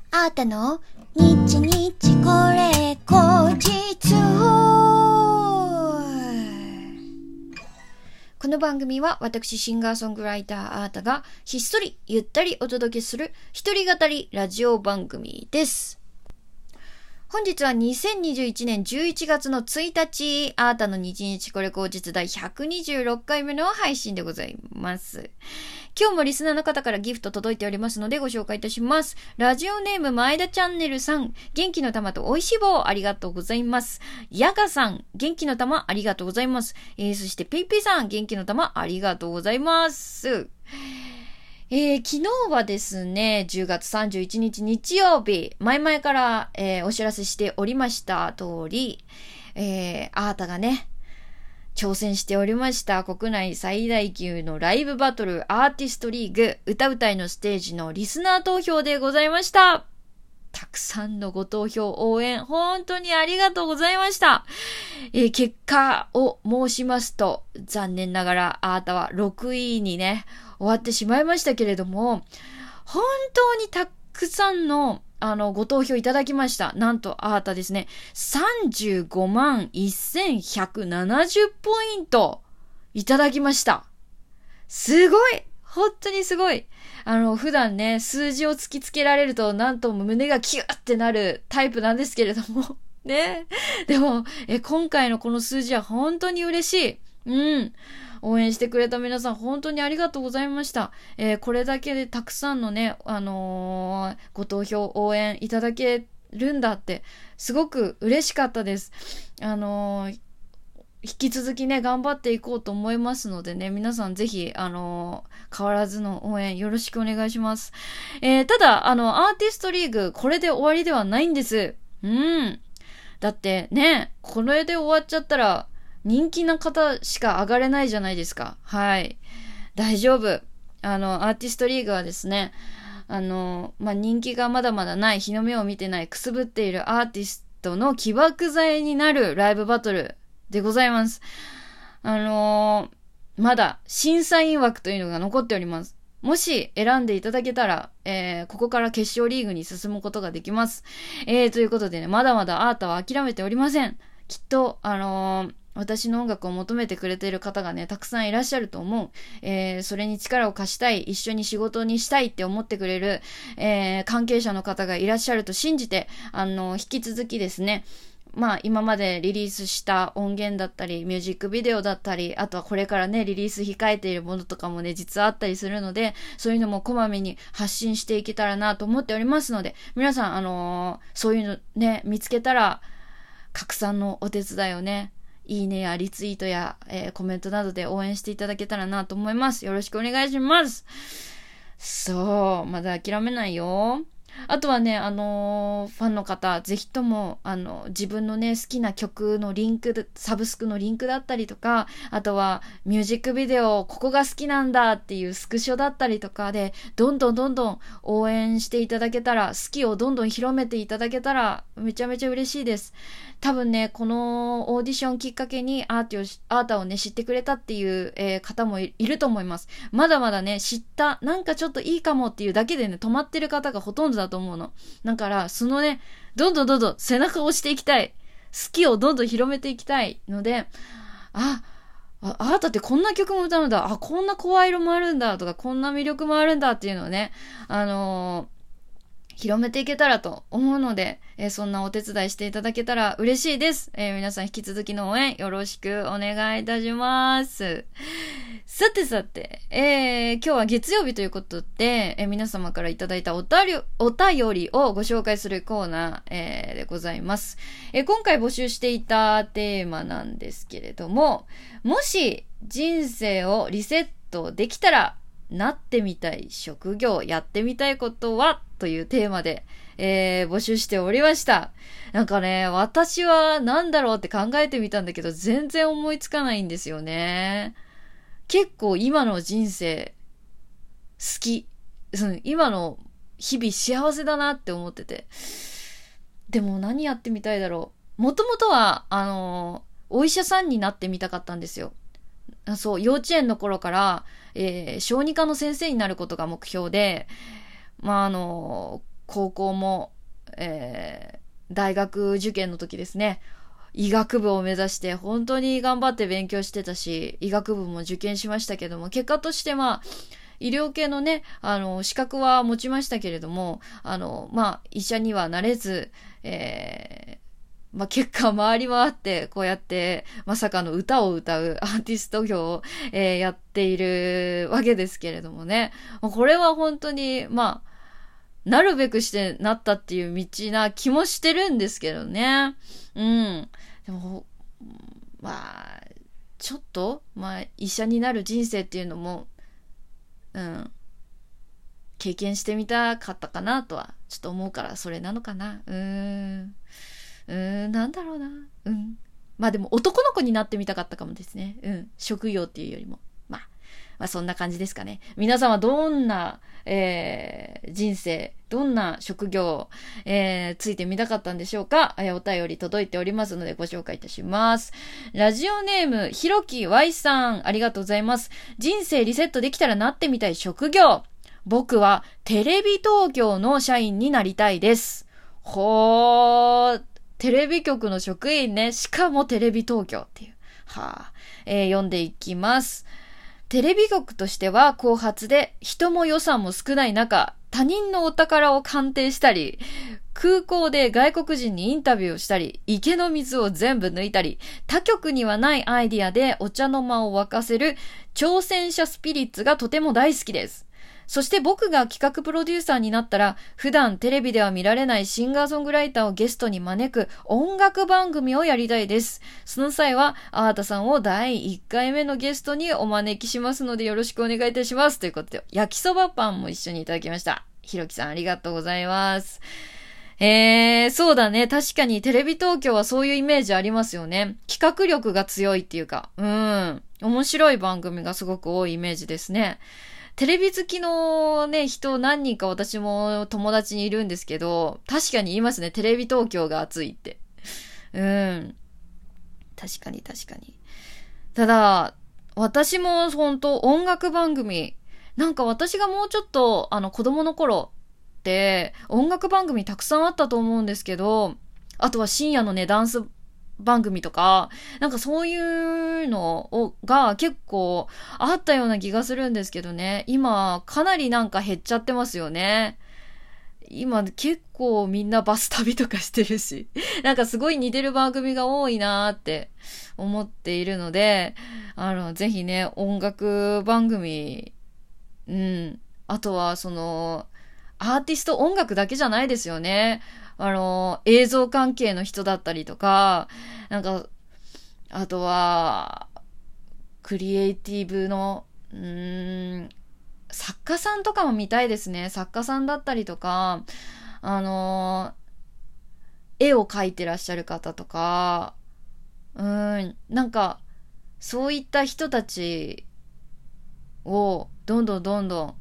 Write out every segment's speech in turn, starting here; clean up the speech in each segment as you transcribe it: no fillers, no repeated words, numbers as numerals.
あーたの日日これ後日。この番組は私シンガーソングライターあーたがひっそりゆったりお届けする一人語りラジオ番組です。本日は2021年11月の1日、あーたの日日これ後日第126回目の配信でございます。今日もリスナーの方からギフト届いておりますのでご紹介いたします。ラジオネーム前田チャンネルさん、元気の玉と美味しい棒ありがとうございます。ヤガさん、元気の玉ありがとうございます。そしてペイペイさん、元気の玉ありがとうございます。昨日はですね、10月31日日曜日、前々から、お知らせしておりました通り、あーたがね、挑戦しておりました国内最大級のライブバトルアーティストリーグ歌うたいのステージのリスナー投票でございました。たくさんのご投票応援本当にありがとうございました。結果を申しますと、残念ながらあーたは6位にね終わってしまいましたけれども、本当にたくさんのご投票いただきました。なんとあーたですね、35万1170ポイントいただきました。すごい、本当にすごい。普段ね、数字を突きつけられるとなんとも胸がキューってなるタイプなんですけれどもね。でも今回のこの数字は本当に嬉しい。応援してくれた皆さん本当にありがとうございました。これだけでたくさんのね、ご投票応援いただけるんだってすごく嬉しかったです。引き続きね頑張っていこうと思いますのでね、皆さんぜひ変わらずの応援よろしくお願いします。ただアーティストリーグこれで終わりではないんです。だってね、これで終わっちゃったら人気な方しか上がれないじゃないですか。はい。大丈夫。アーティストリーグはですね、人気がまだまだない、日の目を見てない、くすぶっているアーティストの起爆剤になるライブバトルでございます。まだ審査員枠というのが残っております。もし選んでいただけたら、ここから決勝リーグに進むことができます。ということでね、まだまだあーたは諦めておりません。きっと、私の音楽を求めてくれている方がね、たくさんいらっしゃると思う。それに力を貸したい、一緒に仕事にしたいって思ってくれる、関係者の方がいらっしゃると信じて、引き続きですね、今までリリースした音源だったり、ミュージックビデオだったり、あとはこれからね、リリース控えているものとかもね、実はあったりするので、そういうのもこまめに発信していけたらなと思っておりますので、皆さん、そういうのね、見つけたら、拡散のお手伝いをね、いいねやリツイートや、コメントなどで応援していただけたらなと思います。よろしくお願いします。そう、まだ諦めないよ。あとはね、ファンの方、ぜひとも、自分のね、好きな曲のリンク、サブスクのリンクだったりとか、あとは、ミュージックビデオ、ここが好きなんだっていうスクショだったりとかで、どんどん応援していただけたら、好きをどんどん広めていただけたら、めちゃめちゃ嬉しいです。多分ね、このオーディションきっかけにアータをね、知ってくれたっていう、方もいると思います。まだまだね、知った、なんかちょっといいかもっていうだけでね、止まってる方がほとんどだと思うの。だから、そのね、どんどん背中を押していきたい。好きをどんどん広めていきたいので、あーたってこんな曲も歌うんだ。こんな声色もあるんだとか、こんな魅力もあるんだっていうのをね、広めていけたらと思うので、そんなお手伝いしていただけたら嬉しいです。皆さん引き続きの応援よろしくお願いいたします。さて、今日は月曜日ということで、皆様からいただいたお便りをご紹介するコーナー、でございます。今回募集していたテーマなんですけれども、もし人生をリセットできたらなってみたい職業、やってみたいことはというテーマで、募集しておりました。なんかね、私はなんだろうって考えてみたんだけど、全然思いつかないんですよね。結構今の人生、好き。今の日々幸せだなって思ってて。でも何やってみたいだろう。もともとは、お医者さんになってみたかったんですよ。そう、幼稚園の頃から、小児科の先生になることが目標で、 高校も、大学受験の時ですね、医学部を目指して本当に頑張って勉強してたし、医学部も受験しましたけども、結果として医療系のね、資格は持ちましたけれども、医者にはなれず、結果回り回って、こうやって、まさかの歌を歌うアーティスト業を、やっているわけですけれどもね。これは本当に、なるべくしてなったっていう道な気もしてるんですけどね。うん。でも、ちょっと、医者になる人生っていうのも、経験してみたかったかなとは、ちょっと思うから、それなのかな。なんだろうな。でも男の子になってみたかったかもですね。職業っていうよりも。そんな感じですかね。皆さんはどんな、人生、どんな職業、ついてみたかったんでしょうか。お便り届いておりますのでご紹介いたします。ラジオネーム、ひろき Y さん、ありがとうございます。人生リセットできたらなってみたい職業。僕はテレビ東京の社員になりたいです。テレビ局の職員ね。しかもテレビ東京っていう。読んでいきます。テレビ局としては後発で人も予算も少ない中、他人のお宝を鑑定したり、空港で外国人にインタビューをしたり、池の水を全部抜いたり、他局にはないアイディアでお茶の間を沸かせる挑戦者スピリッツがとても大好きです。そして僕が企画プロデューサーになったら、普段テレビでは見られないシンガーソングライターをゲストに招く音楽番組をやりたいです。その際は、アータさんを第1回目のゲストにお招きしますのでよろしくお願いいたします。ということで、焼きそばパンも一緒にいただきました。ひろきさんありがとうございます。そうだね。確かにテレビ東京はそういうイメージありますよね。企画力が強いっていうか、面白い番組がすごく多いイメージですね。テレビ好きのね、人何人か私も友達にいるんですけど、確かに言いますね。テレビ東京が熱いって。確かに。ただ、私も本当音楽番組、なんか私がもうちょっと子供の頃って音楽番組たくさんあったと思うんですけど、あとは深夜のね、ダンス番組とか、なんかそういうのが結構あったような気がするんですけどね。今、かなりなんか減っちゃってますよね。今、結構みんなバス旅とかしてるし、なんかすごい似てる番組が多いなーって思っているので、ぜひね、音楽番組、あとはアーティスト音楽だけじゃないですよね。映像関係の人だったりとか、なんか、あとは、クリエイティブの、作家さんとかも見たいですね。作家さんだったりとか、絵を描いてらっしゃる方とか、なんか、そういった人たちを、どんどん、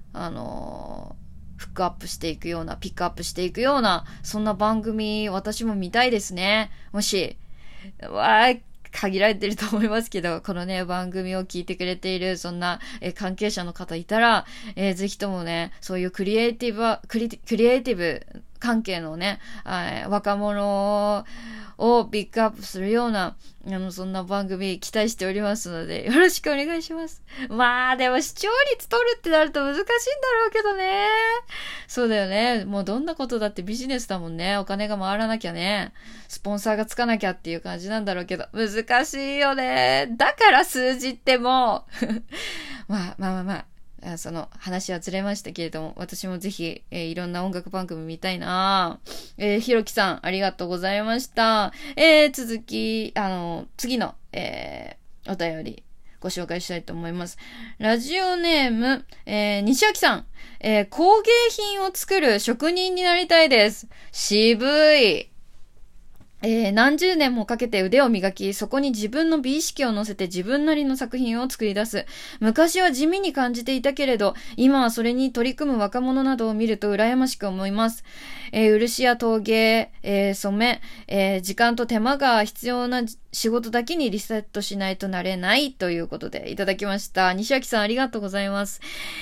ピックアップしていくような、そんな番組、私も見たいですね。もし、限られてると思いますけど、このね、番組を聞いてくれている、そんな、関係者の方いたら、ぜひともね、そういうクリエイティブ関係のね、若者をピックアップするような、そんな番組期待しておりますので、よろしくお願いします。でも視聴率取るってなると難しいんだろうけどね。そうだよね。もうどんなことだってビジネスだもんね。お金が回らなきゃね。スポンサーがつかなきゃっていう感じなんだろうけど、難しいよね。だから数字ってもう、その話はずれましたけれども、私もぜひ、いろんな音楽番組見たいな。ひろきさん、ありがとうございました。続き、次の、お便り、ご紹介したいと思います。ラジオネーム、西脇さん、工芸品を作る職人になりたいです。渋い。何十年もかけて腕を磨き、そこに自分の美意識を乗せて自分なりの作品を作り出す。昔は地味に感じていたけれど、今はそれに取り組む若者などを見ると羨ましく思います。漆や陶芸、染め、時間と手間が必要な仕事だけにリセットしないとなれないということでいただきました。西脇さんありがとうございます。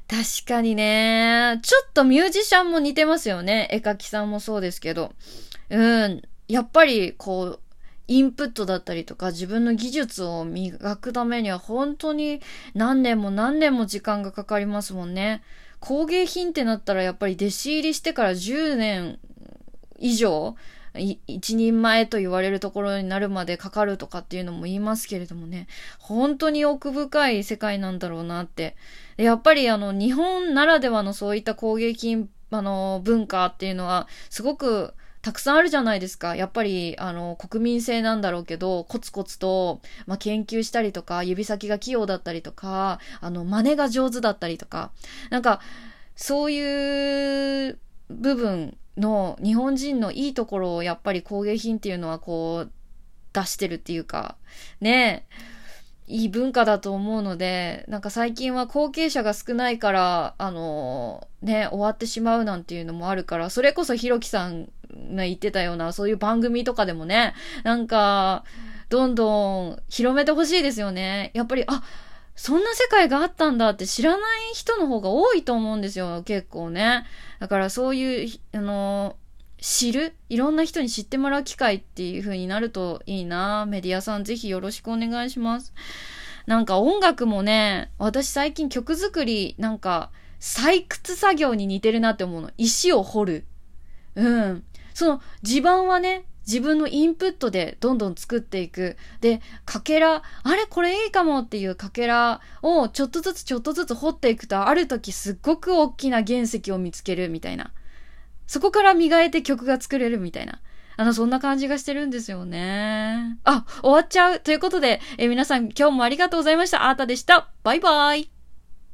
確かにね。ちょっとミュージシャンも似てますよね。絵描きさんもそうですけど。やっぱりこう、インプットだったりとか自分の技術を磨くためには本当に何年も何年も時間がかかりますもんね。工芸品ってなったらやっぱり弟子入りしてから10年以上、一人前と言われるところになるまでかかるとかっていうのも言いますけれどもね。本当に奥深い世界なんだろうなって。やっぱり日本ならではのそういった工芸品、文化っていうのはすごくたくさんあるじゃないですか。やっぱり、国民性なんだろうけど、コツコツと、研究したりとか、指先が器用だったりとか、真似が上手だったりとか、なんか、そういう部分の日本人のいいところをやっぱり工芸品っていうのはこう、出してるっていうか、ねえ、いい文化だと思うので、なんか最近は後継者が少ないから、終わってしまうなんていうのもあるから、それこそひろきさんが言ってたような、そういう番組とかでもね、なんか、どんどん広めてほしいですよね。やっぱり、そんな世界があったんだって知らない人の方が多いと思うんですよ、結構ね。だからそういう、いろんな人に知ってもらう機会っていう風になるといいな。メディアさんぜひよろしくお願いします。なんか音楽もね、私最近曲作り、なんか採掘作業に似てるなって思うの。石を掘る。その地盤はね、自分のインプットでどんどん作っていく。で、かけら、あれこれいいかもっていうかけらをちょっとずつ掘っていくと、ある時すっごく大きな原石を見つけるみたいな。そこから磨いて曲が作れるみたいな。そんな感じがしてるんですよね。終わっちゃう。ということで、皆さん今日もありがとうございました。あーたでした。バイバイ。